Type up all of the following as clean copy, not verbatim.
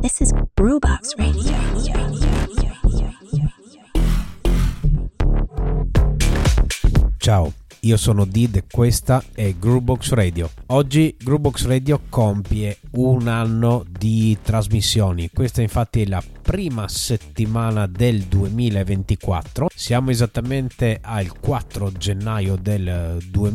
This is Brewbox Radio. Ciao, io sono Did e questa è Groovebox Radio. Oggi Groovebox Radio compie un anno di trasmissioni. Questa infatti è la prima settimana del 2024. Siamo esattamente al 4 gennaio del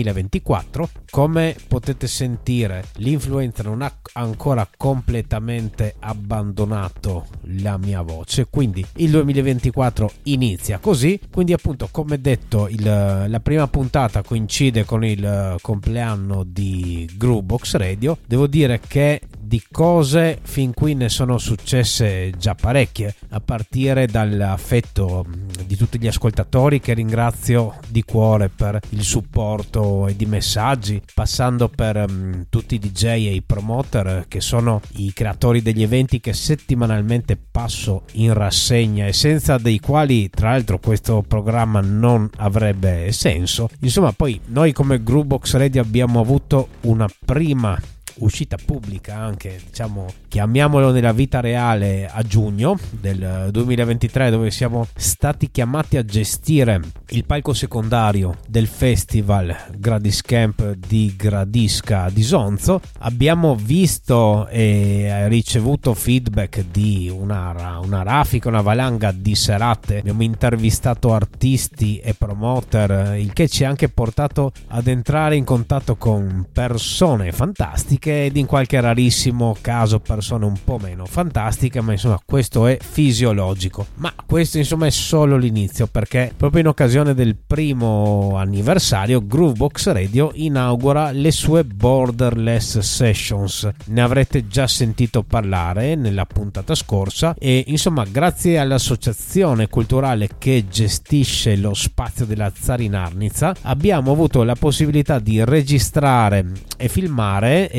2024. Come potete sentire, l'influenza non ha ancora completamente abbandonato la mia voce, quindi il 2024 inizia così. Quindi appunto, come detto, la prima puntata coincide con il compleanno di Groovebox Radio. Devo dire che di cose fin qui ne sono successe già parecchie, a partire dall'affetto di tutti gli ascoltatori, che ringrazio di cuore per il supporto e di messaggi, passando per tutti i DJ e i promoter, che sono i creatori degli eventi che settimanalmente passo in rassegna e senza dei quali tra l'altro questo programma non avrebbe senso. Insomma, poi noi come Groovebox Radio abbiamo avuto una prima uscita pubblica, anche diciamo chiamiamolo nella vita reale, a giugno del 2023, dove siamo stati chiamati a gestire il palco secondario del festival Gradiscamp di Gradisca di Sonzo. Abbiamo visto e ricevuto feedback di una raffica, una valanga di serate. Abbiamo intervistato artisti e promoter, il che ci ha anche portato ad entrare in contatto con persone fantastiche ed in qualche rarissimo caso persone un po' meno fantastiche, ma insomma questo è fisiologico. Ma questo insomma è solo l'inizio, perché proprio in occasione del primo anniversario Groovebox Radio inaugura le sue Borderless Sessions. Ne avrete già sentito parlare nella puntata scorsa e insomma, grazie all'associazione culturale che gestisce lo spazio della Zarinarnica, abbiamo avuto la possibilità di registrare e filmare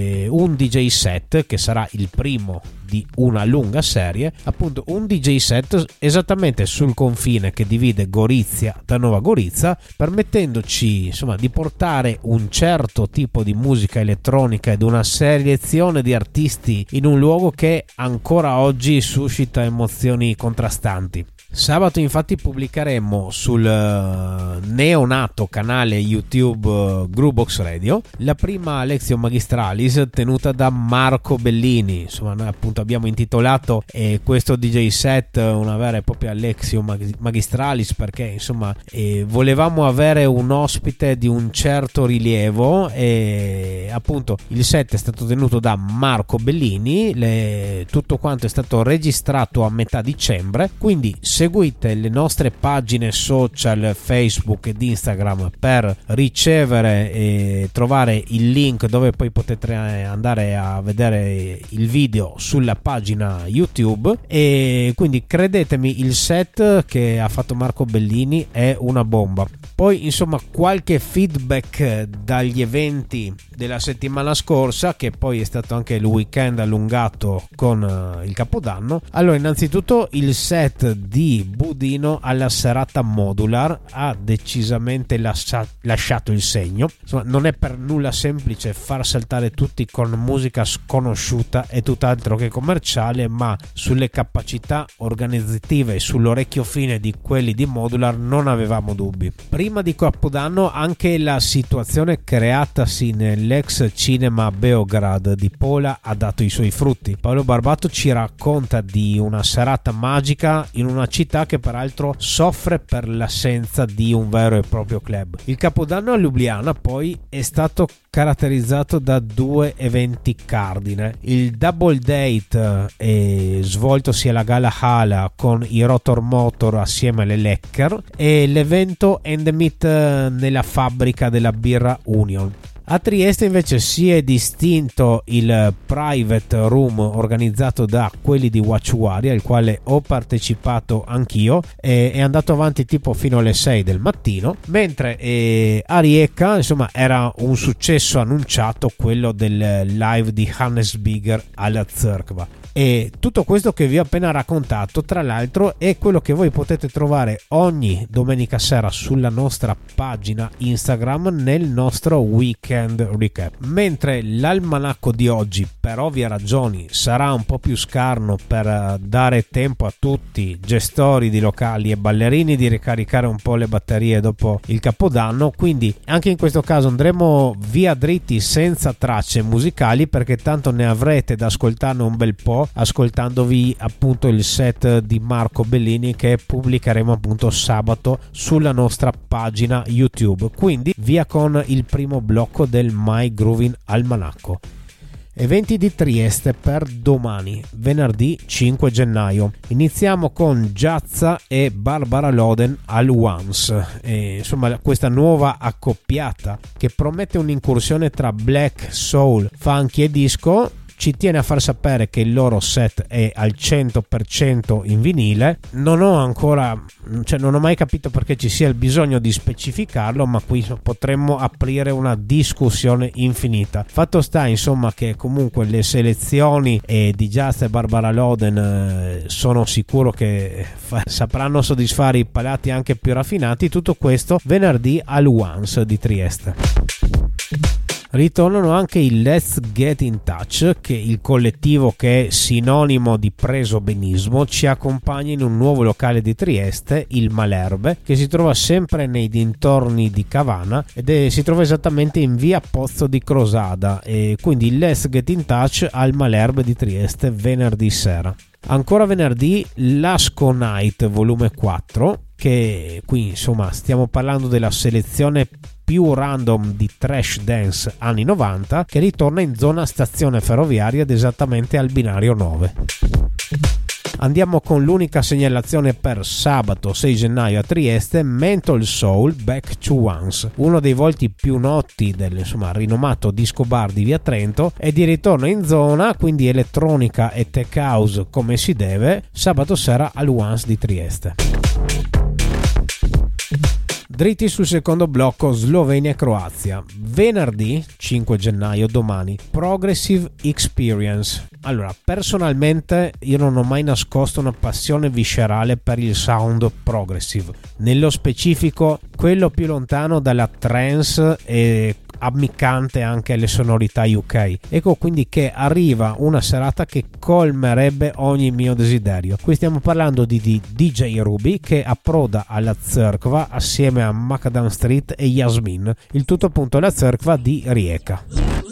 un DJ set che sarà il primo di una lunga serie, appunto un DJ set esattamente sul confine che divide Gorizia da Nova Gorizia, permettendoci insomma di portare un certo tipo di musica elettronica ed una selezione di artisti in un luogo che ancora oggi suscita emozioni contrastanti. Sabato infatti pubblicheremo sul neonato canale YouTube Groovebox Radio la prima Lectio Magistralis tenuta da Marco Bellini. Insomma, noi appunto abbiamo intitolato questo DJ set una vera e propria Lectio Magistralis, perché insomma volevamo avere un ospite di un certo rilievo, e appunto il set è stato tenuto da Marco Bellini. Tutto quanto è stato registrato a metà dicembre, quindi seguite le nostre pagine social Facebook ed Instagram per ricevere e trovare il link dove poi potete andare a vedere il video sulla pagina YouTube. E quindi credetemi, il set che ha fatto Marco Bellini è una bomba. Poi insomma qualche feedback dagli eventi della settimana scorsa, che poi è stato anche il weekend allungato con il Capodanno. Allora, innanzitutto il set di Budino alla serata modular ha decisamente lasciato il segno. Insomma, non è per nulla semplice far saltare tutti con musica sconosciuta e tutt'altro che commerciale, ma sulle capacità organizzative e sull'orecchio fine di quelli di modular non avevamo dubbi. Prima di Capodanno anche la situazione creatasi nell'ex cinema Beograd di Pola ha dato i suoi frutti. Paolo Barbato ci racconta di una serata magica in una città che peraltro soffre per l'assenza di un vero e proprio club. Il Capodanno a Ljubljana poi è stato caratterizzato da due eventi cardine: il double date svoltosi alla Gala Hala con i Rotor Motor assieme alle Lecker, e l'evento Endemit nella fabbrica della birra Union. A Trieste invece si è distinto il private room organizzato da quelli di Wachuari, al quale ho partecipato anch'io, e è andato avanti tipo fino alle 6 del mattino, mentre a Rijeka insomma era un successo annunciato quello del live di Hannes Bigger alla Zerkva. E tutto questo che vi ho appena raccontato, tra l'altro, è quello che voi potete trovare ogni domenica sera sulla nostra pagina Instagram nel nostro weekend recap. Mentre l'almanacco di oggi, per ovvie ragioni, sarà un po' più scarno per dare tempo a tutti gestori di locali e ballerini di ricaricare un po' le batterie dopo il Capodanno, quindi anche in questo caso andremo via dritti senza tracce musicali, perché tanto ne avrete da ascoltarne un bel po' ascoltandovi appunto il set di Marco Bellini che pubblicheremo appunto sabato sulla nostra pagina YouTube. Quindi via con il primo blocco del My Groovin' Almanacco. Eventi di Trieste per domani, venerdì 5 gennaio. Iniziamo con Giazza e Barbara Loden al Once. Insomma, questa nuova accoppiata che promette un'incursione tra black, soul, funky e disco ci tiene a far sapere che il loro set è al 100% in vinile. Non ho mai capito perché ci sia il bisogno di specificarlo, ma qui potremmo aprire una discussione infinita. Fatto sta insomma che comunque le selezioni di Jazz e Barbara Loden sono sicuro che sapranno soddisfare i palati anche più raffinati. Tutto questo venerdì al Once di Trieste. Ritornano anche i Let's Get in Touch, che il collettivo che è sinonimo di preso benismo ci accompagna in un nuovo locale di Trieste, il Malherbe, che si trova sempre nei dintorni di Cavana ed si trova esattamente in via Pozzo di Crosada, e quindi Let's Get in Touch al Malherbe di Trieste venerdì sera. Ancora venerdì l'Asco Night volume 4, che qui insomma stiamo parlando della selezione più random di trash dance anni 90, che ritorna in zona stazione ferroviaria ed esattamente al binario 9. Andiamo con l'unica segnalazione per sabato 6 gennaio a Trieste, Mental Soul Back to Once, uno dei volti più noti del rinomato disco bar di via Trento, è di ritorno in zona, quindi elettronica e tech house come si deve, sabato sera al Once di Trieste. Dritti sul secondo blocco, Slovenia e Croazia. Venerdì 5 gennaio, domani, Progressive Experience. Allora, personalmente io non ho mai nascosto una passione viscerale per il sound progressive, nello specifico quello più lontano dalla trance e ammiccante anche alle sonorità UK. Ecco quindi che arriva una serata che colmerebbe ogni mio desiderio. Qui stiamo parlando di DJ Ruby, che approda alla Zerkva assieme a Macadam Street e Yasmin, il tutto appunto alla Zerkva di Rijeka.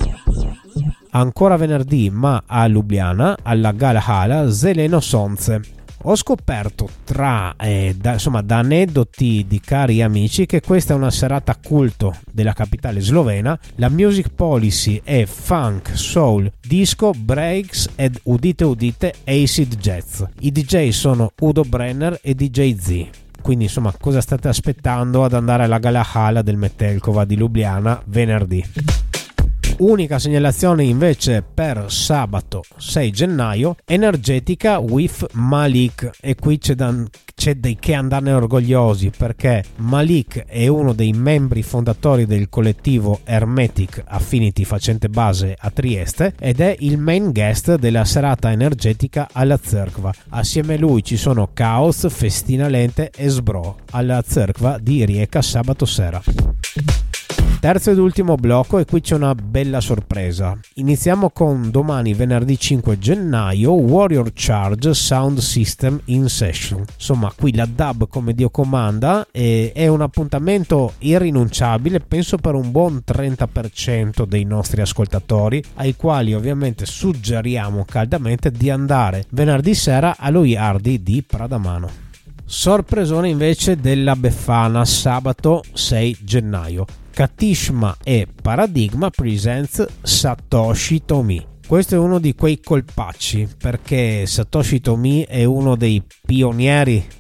Ancora venerdì, ma a Lubiana, alla Gala Hala, Zeleno Sonce. Ho scoperto da aneddoti di cari amici che questa è una serata culto della capitale slovena. La music policy è funk, soul, disco, breaks ed udite acid jazz. I DJ sono Udo Brenner e DJ Z. Quindi insomma, cosa state aspettando ad andare alla Gala Hala del Metelkova di Lubiana venerdì? Unica segnalazione invece per sabato 6 gennaio, Energetica with Malik, e qui c'è dei che andarne orgogliosi, perché Malik è uno dei membri fondatori del collettivo Hermetic Affinity facente base a Trieste ed è il main guest della serata energetica alla Zerkva. Assieme a lui ci sono Chaos, Festina Lente e Sbro alla Zerkva di Rijeka sabato sera. Terzo ed ultimo blocco, e qui c'è una bella sorpresa. Iniziamo con domani venerdì 5 gennaio, Warrior Charge Sound System in Session. Insomma, qui la dub come Dio comanda, e è un appuntamento irrinunciabile, penso per un buon 30% dei nostri ascoltatori, ai quali ovviamente suggeriamo caldamente di andare venerdì sera allo Yardi di Pradamano. Sorpresone invece della Befana sabato 6 gennaio. Katishma e Paradigma presents Satoshi Tomi. Questo è uno di quei colpacci, perché Satoshi Tomi è uno dei pionieri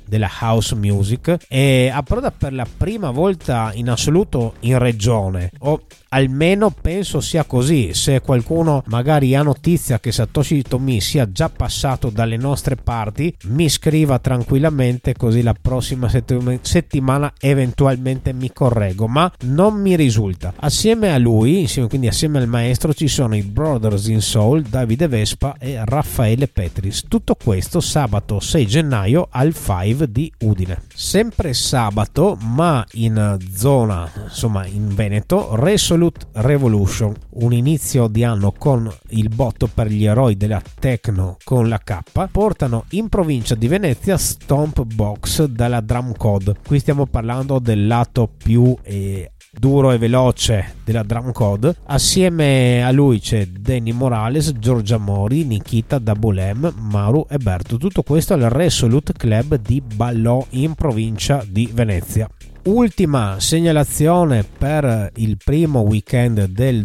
della house music e approda per la prima volta in assoluto in regione, o almeno penso sia così. Se qualcuno magari ha notizia che Satoshi Tomiie sia già passato dalle nostre parti, mi scriva tranquillamente, così la prossima settimana eventualmente mi correggo, ma non mi risulta. Assieme a lui, quindi assieme al maestro, ci sono i Brothers in Soul, Davide Vespa e Raffaele Petris. Tutto questo sabato 6 gennaio al Five di Udine. Sempre sabato, ma in zona, insomma in Veneto, Resolute Revolution, un inizio di anno con il botto per gli eroi della techno con la K, portano in provincia di Venezia Stomp Box dalla Drum Code. Qui stiamo parlando del lato più duro e veloce della Drum Code. Assieme a lui c'è Danny Morales, Giorgia Mori, Nikita Double M, Mauro e Berto. Tutto questo al Resolute Club di Ballò in provincia di Venezia. Ultima segnalazione per il primo weekend del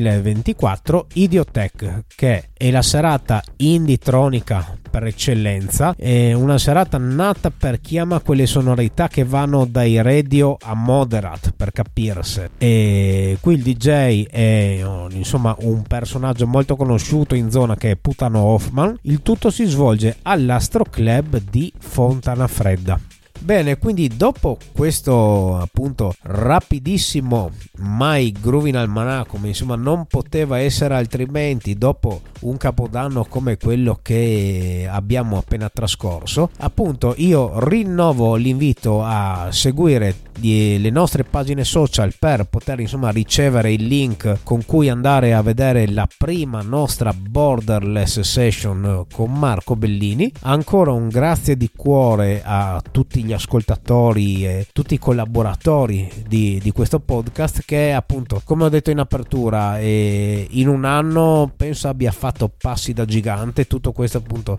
2024, Idiotech, che è la serata indie-tronica per eccellenza, è una serata nata per chi ama quelle sonorità che vanno dai radio a moderate, per capirsi. E qui il DJ è insomma un personaggio molto conosciuto in zona, che è Putano Hoffman. Il tutto si svolge all'Astro Club di Fontana Fredda. Bene, quindi dopo questo appunto rapidissimo My Groovin' Almanacco, come insomma non poteva essere altrimenti dopo un capodanno come quello che abbiamo appena trascorso, appunto io rinnovo l'invito a seguire le nostre pagine social per poter insomma ricevere il link con cui andare a vedere la prima nostra Borderless Session con Marco Bellini. Ancora un grazie di cuore a tutti gli ascoltatori e tutti i collaboratori di questo podcast, che appunto, come ho detto in apertura, in un anno penso abbia fatto passi da gigante. Tutto questo appunto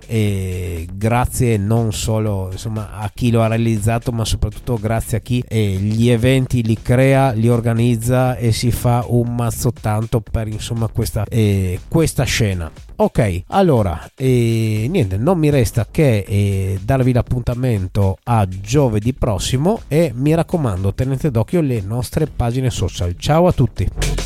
grazie non solo insomma a chi lo ha realizzato, ma soprattutto grazie a chi gli eventi li crea, li organizza e si fa un mazzo tanto per insomma questa scena. Ok, allora niente, non mi resta che darvi l'appuntamento a giovedì prossimo e mi raccomando, tenete d'occhio le nostre pagine social. Ciao a tutti.